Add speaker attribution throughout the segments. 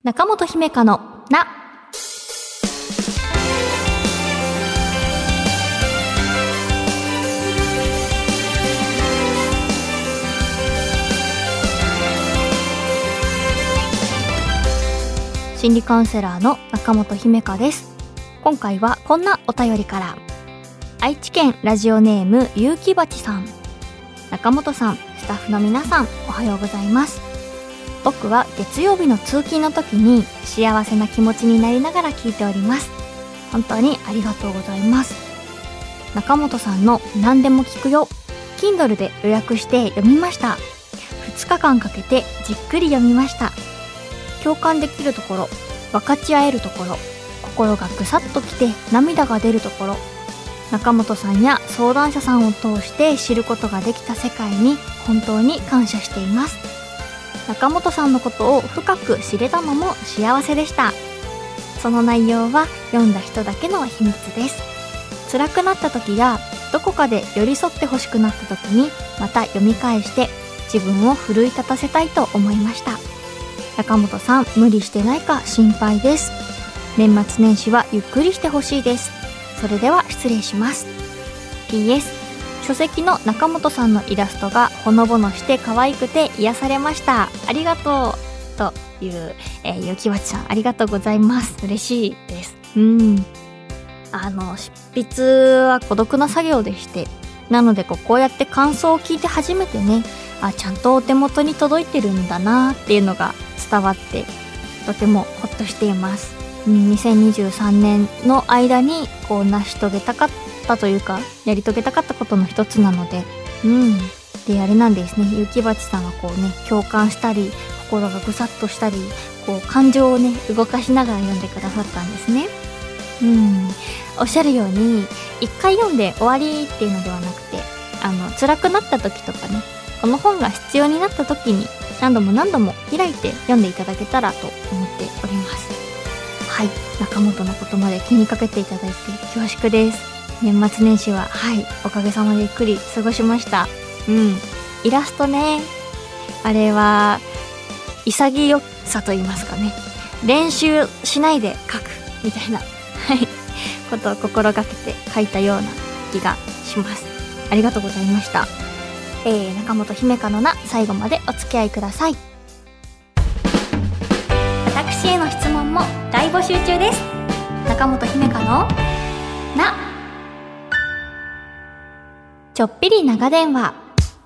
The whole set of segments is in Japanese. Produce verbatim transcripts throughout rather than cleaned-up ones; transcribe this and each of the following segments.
Speaker 1: 中本姫香のな。心理カウンセラーの中本姫香です。今回はこんなお便りから。愛知県ラジオネームゆうきばちさん。中本さん、スタッフの皆さん、おはようございます。僕は月曜日の通勤の時に幸せな気持ちになりながら聞いております。本当にありがとうございます。中本さんの何でも聞くよ Kindle で予約して読みました。ふつかかんかけてじっくり読みました。共感できるところ、分かち合えるところ、心がぐさっときて涙が出るところ、中本さんや相談者さんを通して知ることができた世界に本当に感謝しています。中本さんのことを深く知れたのも幸せでした。その内容は読んだ人だけの秘密です。辛くなった時やどこかで寄り添ってほしくなった時にまた読み返して自分を奮い立たせたいと思いました。中本さん、無理してないか心配です。年末年始はゆっくりしてほしいです。それでは失礼します。 ピーエス 書籍の中本さんのイラストがほのぼのして可愛くて癒されました。ありがとうという、えー、ゆきわちさん、ありがとうございます。嬉しいです。うんあの執筆は孤独な作業でして、なのでこう、こうやって感想を聞いて初めてね、あ、ちゃんとお手元に届いてるんだなっていうのが伝わって、とてもほっとしています。にせんにじゅうさんねんの間にこう成し遂げたかったというか、やり遂げたかったことの一つなので、うんであれなんですね。ゆきばちさんはこうね、共感したり心がぐさっとしたり、こう感情をね動かしながら読んでくださったんですね。うんおっしゃるように一回読んで終わりっていうのではなくて、あの辛くなった時とかね、この本が必要になった時に何度も何度も開いて読んでいただけたらと思っております。はい、中本のことまで気にかけていただいて恐縮です。年末年始ははいおかげさまでゆっくり過ごしました。うんイラストね、あれは潔さと言いますかね、練習しないで描くみたいなはいことを心がけて描いたような気がします。ありがとうございました。えー、中本姫香のな、最後までお付き合いください。私への質問も大募集中です。中本姫香のな。ちょっぴり長電話。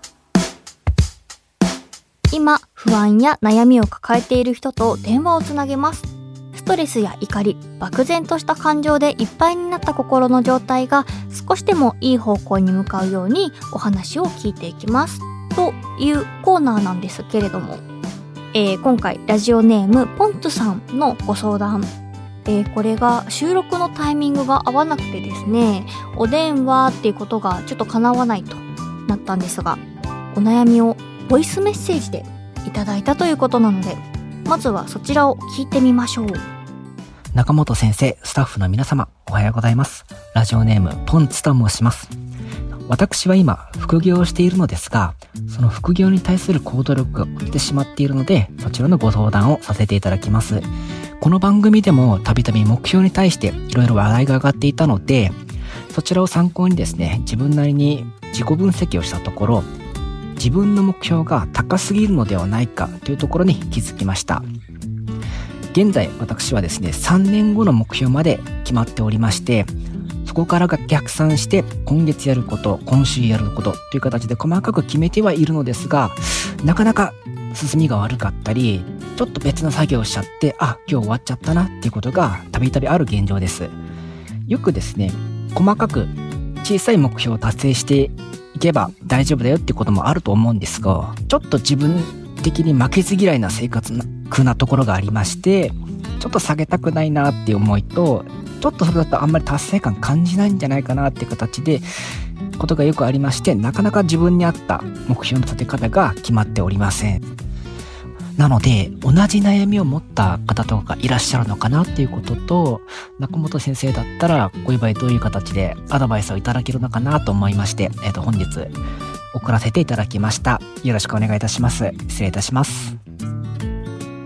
Speaker 1: 今不安や悩みを抱えている人と電話をつなげます。ストレスや怒り、漠然とした感情でいっぱいになった心の状態が少しでもいい方向に向かうようにお話を聞いていきますというコーナーなんですけれども、えー、今回ラジオネームポンツさんのご相談、えー、これが収録のタイミングが合わなくてですね、お電話っていうことがちょっと叶わないとなったんですが、お悩みをボイスメッセージでいただいたということなので、まずはそちらを聞いてみましょう。
Speaker 2: 中本先生、スタッフの皆様、おはようございます。ラジオネームポンツと申します。私は今副業をしているのですが、その副業に対する行動力が落ちてしまっているので、そちらのご相談をさせていただきます。この番組でもたびたび目標に対していろいろ話題が上がっていたので、そちらを参考にですね、自分なりに自己分析をしたところ、自分の目標が高すぎるのではないかというところに気づきました。現在私はですね、さんねんごの目標まで決まっておりまして、そこからが逆算して今月やること、今週やることという形で細かく決めてはいるのですが、なかなか進みが悪かったり、ちょっと別の作業をしちゃって、あ、今日終わっちゃったなっていうことがたびたびある現状です。よくですね、細かく小さい目標を達成していけば大丈夫だよっていうこともあると思うんですが、ちょっと自分的に負けず嫌いな性格なところがありまして、ちょっと下げたくないなっていう思いと、ちょっとそれだとあんまり達成感感じないんじゃないかなっていう形でことがよくありまして、なかなか自分に合った目標の立て方が決まっておりません。なので同じ悩みを持った方とかがいらっしゃるのかなっていうことと、中本先生だったらこういう場合どういう形でアドバイスをいただけるのかなと思いまして、えーと本日送らせていただきました。よろしくお願いいたします。失礼いたします。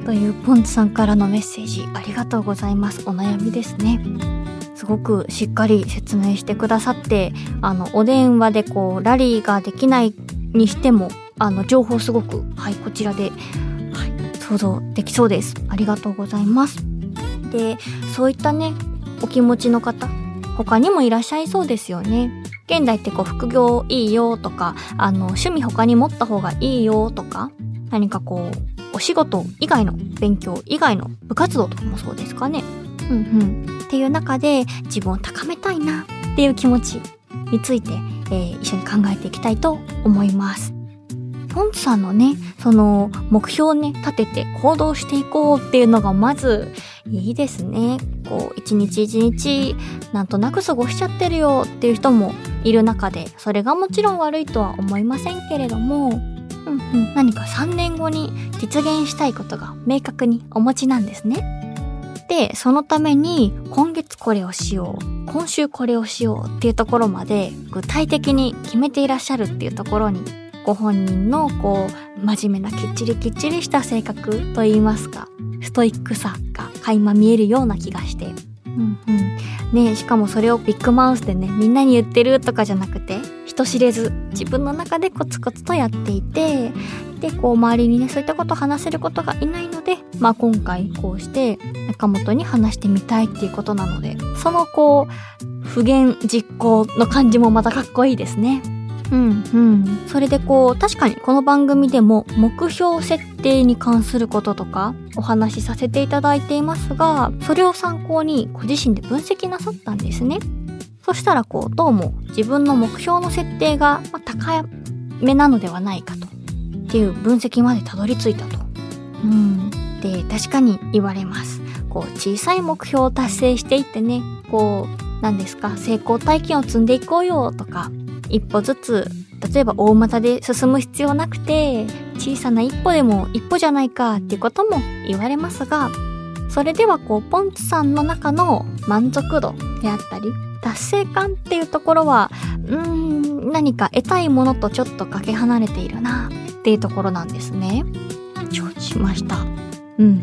Speaker 1: というポンツさんからのメッセージありがとうございます。お悩みですね。すごくしっかり説明してくださって、あのお電話でこうラリーができないにしてもあの情報すごくはいこちらで、はい、想像できそうです。ありがとうございます。で、そういったねお気持ちの方他にもいらっしゃいそうですよね。現代ってこう副業いいよとか、あの趣味他に持った方がいいよとか、何かこうお仕事以外の勉強以外の部活動とかもそうですかね。うんうんっていう中で自分を高めたいなっていう気持ちについて、えー、一緒に考えていきたいと思います。ポンツさんのねその目標をね立てて行動していこうっていうのがまずいいですね。こう一日一日なんとなく過ごしちゃってるよっていう人もいる中で、それがもちろん悪いとは思いませんけれども、うんうん、何かさんねんごに実現したいことが明確にお持ちなんですね。で、そのために今月これをしよう、今週これをしようっていうところまで具体的に決めていらっしゃるっていうところに、ご本人のこう真面目なきっちりきっちりした性格といいますか、ストイックさが垣間見えるような気がして、うんうん、ね、しかもそれをビッグマウスでねみんなに言ってるとかじゃなくて、人知れず自分の中でコツコツとやっていて、でこう周りにねそういったことを話せることがいないので、まあ今回こうして中本に話してみたいっていうことなので、そのこう不言実行の感じもまたかっこいいですね。うんうん。それでこう確かにこの番組でも目標設定に関することとかお話しさせていただいていますが、それを参考にご自身で分析なさったんですね。そしたらこうどうも自分の目標の設定が高めなのではないかとっていう分析までたどり着いたと。うん。で確かに言われます。こう小さい目標を達成していってね、こう何ですか成功体験を積んでいこうよとか。一歩ずつ、例えば大股で進む必要なくて、小さな一歩でも一歩じゃないかっていうことも言われますが、それではこうポンツさんの中の満足度であったり達成感っていうところはうーん何か得たいものとちょっとかけ離れているなっていうところなんですね。承知しました。うんうん。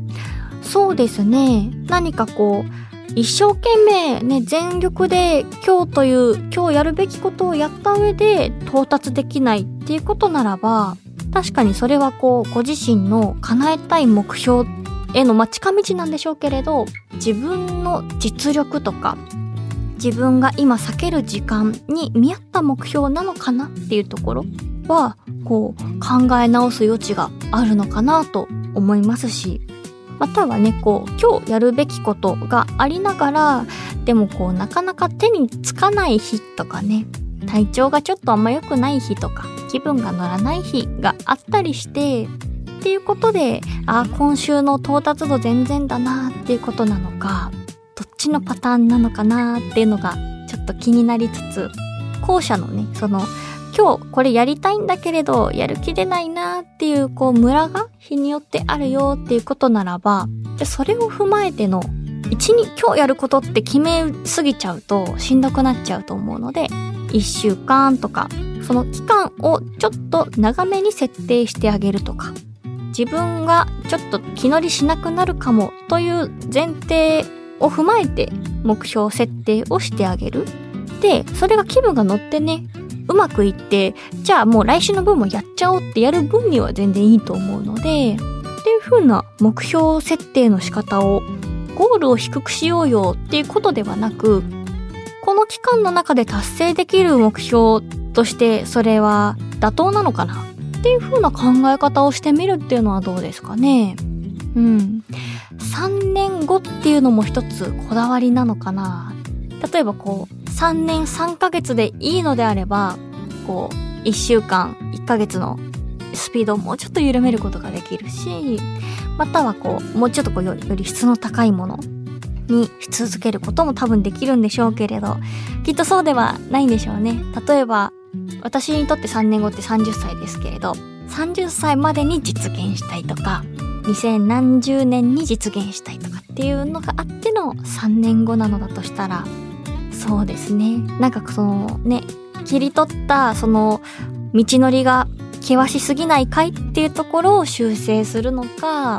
Speaker 1: そうですね。何かこう一生懸命ね全力で今日という今日やるべきことをやった上で到達できないっていうことならば、確かにそれはこうご自身の叶えたい目標へのまあ近道なんでしょうけれど、自分の実力とか自分が今避ける時間に見合った目標なのかなっていうところはこう考え直す余地があるのかなと思いますし、またはねこう今日やるべきことがありながらでもこうなかなか手につかない日とかね、体調がちょっとあんま良くない日とか気分が乗らない日があったりしてっていうことで、あ今週の到達度全然だなっていうことなのか、どっちのパターンなのかなっていうのがちょっと気になりつつ、後者のねその今日これやりたいんだけれどやる気出ないなっていうこうムラが日によってあるよっていうことならば、じゃそれを踏まえての一日今日やることって決めすぎちゃうとしんどくなっちゃうと思うので、いっしゅうかんとかその期間をちょっと長めに設定してあげるとか、自分がちょっと気乗りしなくなるかもという前提を踏まえて目標設定をしてあげる。でそれが気分が乗ってねうまくいって、じゃあもう来週の分もやっちゃおうってやる分には全然いいと思うので、っていう風な目標設定の仕方をゴールを低くしようよっていうことではなく、この期間の中で達成できる目標としてそれは妥当なのかなっていう風な考え方をしてみるっていうのはどうですかね。うん。さんねんごっていうのも一つこだわりなのかな。例えばこうさんねんさんかげつでいいのであれば、こういっしゅうかんいっかげつのスピードをもうちょっと緩めることができるし、またはこうもうちょっとこうより、より質の高いものにし続けることも多分できるんでしょうけれど、きっとそうではないんでしょうね。例えば私にとってさんねんごってさんじゅっさいですけれど、さんじゅっさいまでに実現したいとかにせんなんじゅうねんに実現したいとかっていうのがあってのさんねんごなのだとしたら、そうですね、なんかそのね切り取ったその道のりが険しすぎないかいっていうところを修正するのか、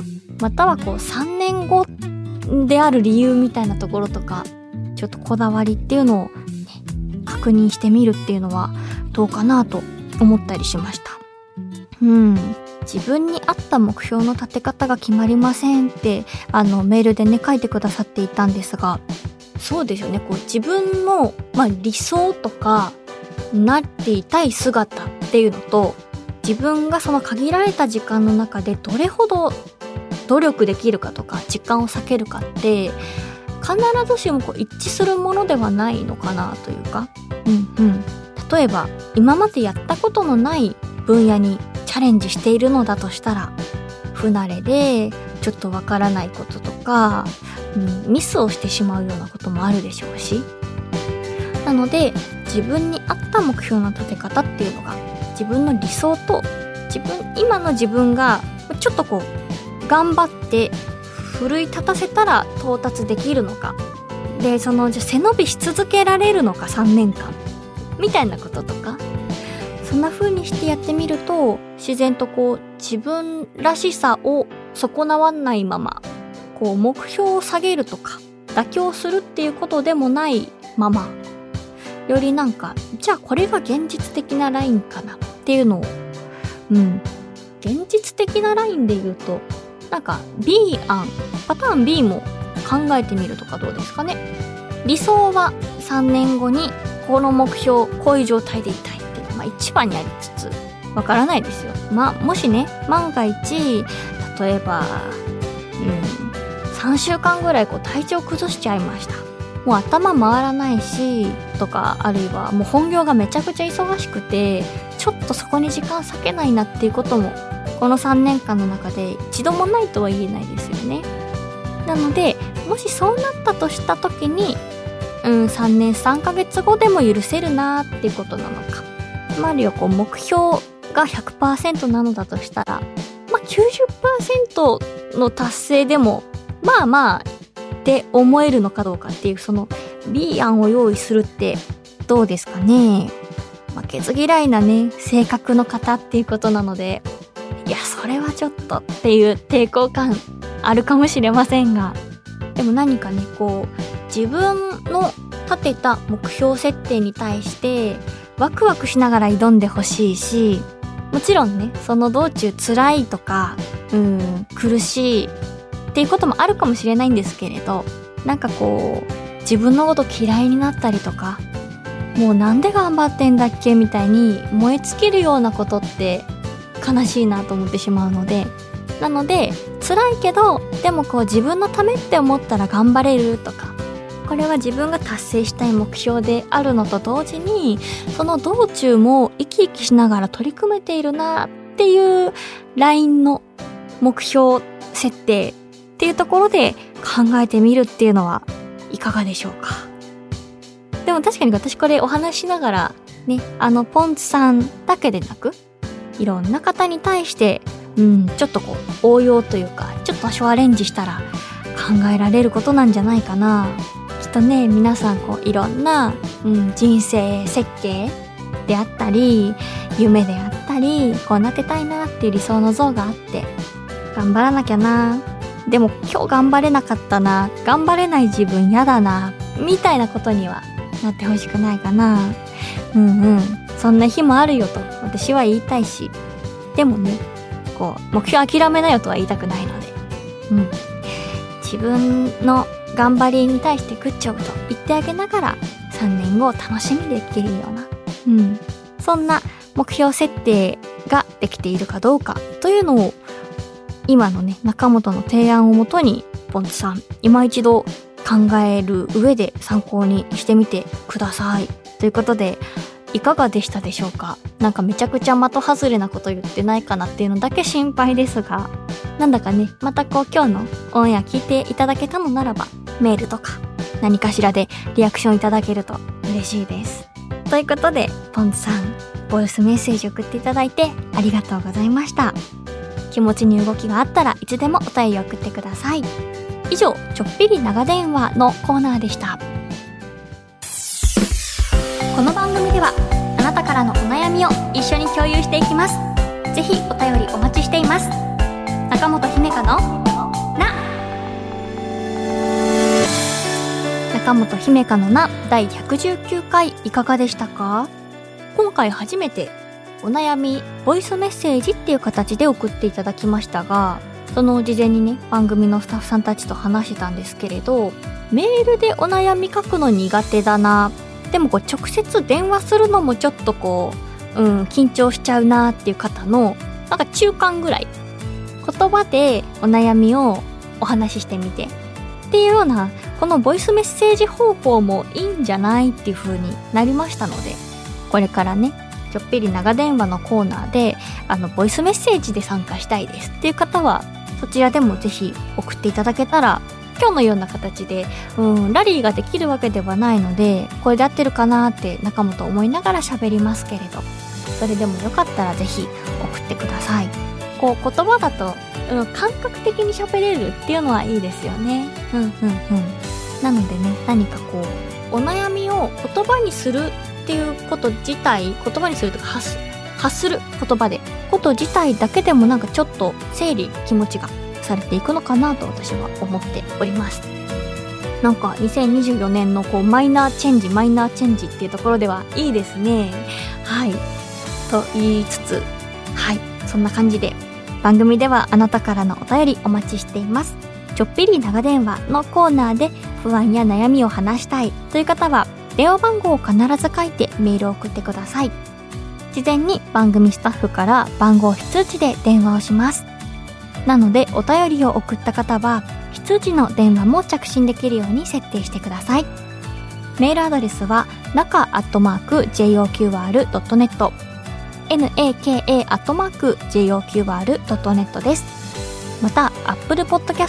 Speaker 1: またはこうさんねんごである理由みたいなところとか、ちょっとこだわりっていうのを、ね、確認してみるっていうのはどうかなと思ったりしました。うん。自分に合った目標の立て方が決まりませんってあのメールでね書いてくださっていたんですが、そうですよね。こう自分の、まあ、理想とかなっていたい姿っていうのと、自分がその限られた時間の中でどれほど努力できるかとか時間を割けるかって必ずしもこう一致するものではないのかなというか、うんうん。例えば今までやったことのない分野にチャレンジしているのだとしたら、不慣れでちょっとわからないこととか、うん、ミスをしてしまうようなこともあるでしょうし、なので自分に合った目標の立て方っていうのが、自分の理想と自分今の自分がちょっとこう頑張って奮い立たせたら到達できるのかで、そのじゃ背伸びし続けられるのかさんねんかんみたいなこととか、そんな風にしてやってみると自然とこう自分らしさを損なわないまま、こう目標を下げるとか妥協するっていうことでもないまま、よりなんかじゃあこれが現実的なラインかなっていうのを、うん現実的なラインで言うとなんか B 案パターン B も考えてみるとかどうですかね。理想はさんねんごにこの目標こういう状態でいたいっていうのが一番にありつつ、わからないですよ。まあもしね万が一例えばうんさんしゅうかんぐらいこう体調崩しちゃいました、もう頭回らないしとか、あるいはもう本業がめちゃくちゃ忙しくてちょっとそこに時間割けないなっていうこともこのさんねんかんの中で一度もないとは言えないですよね。なのでもしそうなったとした時に、うんさんねんさんかげつごでも許せるなっていうことなのか、あるいはこう目標が ひゃくパーセント なのだとしたら、まあ きゅうじゅっパーセント の達成でもまあまあって思えるのかどうかっていう、その B 案を用意するってどうですかね。負けず嫌いなね性格の方っていうことなので、いやそれはちょっとっていう抵抗感あるかもしれませんが、でも何かねこう自分の立てた目標設定に対してワクワクしながら挑んでほしいし、もちろんねその道中辛いとかうん苦しいっていうこともあるかもしれないんですけれど、なんかこう自分のこと嫌いになったりとか、もうなんで頑張ってんだっけみたいに燃え尽きるようなことって悲しいなと思ってしまうので、なので辛いけどでもこう自分のためって思ったら頑張れるとか、これは自分が達成したい目標であるのと同時に、その道中も生き生きしながら取り組めているなっていうラインの目標設定っていうところで考えてみるっていうのはいかがでしょうか。でも確かに私これお話しながらね、あのポンツさんだけでなくいろんな方に対してうんちょっとこう応用というかちょっと多少アレンジしたら考えられることなんじゃないかな。きっとね皆さんこういろんな、うん、人生設計であったり夢であったりこうなってたいなっていう理想の像があって、頑張らなきゃな、でも今日頑張れなかったな、頑張れない自分やだなみたいなことにはなってほしくないかな。うんうんそんな日もあるよと私は言いたいし、でもねこう目標諦めなよとは言いたくないので、うん、自分の頑張りに対してグッジョブと言ってあげながらさんねんごを楽しみできるような、うん、そんな目標設定ができているかどうかというのを今のね中本の提案をもとにポンツさん今一度考える上で参考にしてみてくださいということで、いかがでしたでしょうか。なんかめちゃくちゃ的外れなこと言ってないかなっていうのだけ心配ですが、なんだかねまたこう今日のオンエア聞いていただけたのならばメールとか何かしらでリアクションいただけると嬉しいです。ということでポンツさんボイスメッセージ送っていただいてありがとうございました。気持ちに動きがあったらいつでもお便り送ってください。以上ちょっぴり長電話のコーナーでした。この番組ではあなたからのお悩みを一緒に共有していきます。ぜひお便りお待ちしています。中本姫香の中本姫香のなだいひゃくじゅうきゅうかいいかがでしたか？今回初めてお悩みボイスメッセージっていう形で送っていただきましたが、その事前にね番組のスタッフさんたちと話してたんですけれど、メールでお悩み書くの苦手だな、でもこう直接電話するのもちょっとこう、うん、緊張しちゃうなっていう方のなんか中間ぐらい、言葉でお悩みをお話ししてみてっていうような、このボイスメッセージ方法もいいんじゃないっていう風になりましたので、これからねちょっぴり長電話のコーナーであのボイスメッセージで参加したいですっていう方はそちらでもぜひ送っていただけたら、今日のような形で、うん、ラリーができるわけではないので、これで合ってるかなって中本思いながら喋りますけれど、それでもよかったらぜひ送ってください。こう言葉だと、うん、感覚的に喋れるっていうのはいいですよね。うんうんうん。なのでね、何かこうお悩みを言葉にするっていうこと自体、言葉にするとか発す、発する言葉でこと自体だけでもなんかちょっと整理、気持ちがされていくのかなと私は思っております。なんかにせんにじゅうよねんのこうマイナーチェンジマイナーチェンジっていうところではいいですね。はいと言いつつ、はいそんな感じで番組ではあなたからのお便りお待ちしています。ちょっぴり長電話のコーナーで不安や悩みを話したいという方は電話番号を必ず書いてメールを送ってください。事前に番組スタッフから番号非通知で電話をします。なのでお便りを送った方は非通知の電話も着信できるように設定してください。メールアドレスはなかアットマーク ジェイオーキューアールドットネット ナカ アットマーク ジェイオーキューアールドットネット です。また Apple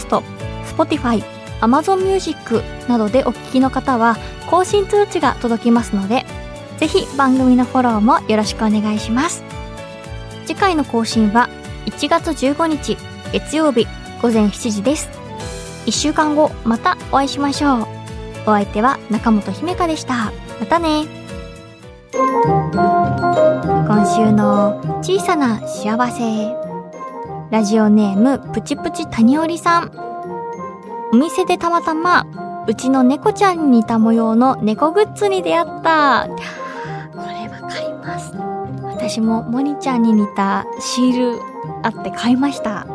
Speaker 1: Podcast、Spotify、Amazon Music などでお聞きの方は更新通知が届きますので、ぜひ番組のフォローもよろしくお願いします。次回の更新はいちがつじゅうごにち月曜日ごぜんしちじです。いっしゅうかんごまたお会いしましょう。お相手は中本姫香でした。またね。今週の小さな幸せ。ラジオネームプチプチ谷織さん。お店でたまたまうちの猫ちゃんに似た模様の猫グッズに出会った。これわかります。私もモニちゃんに似たシールあって買いました。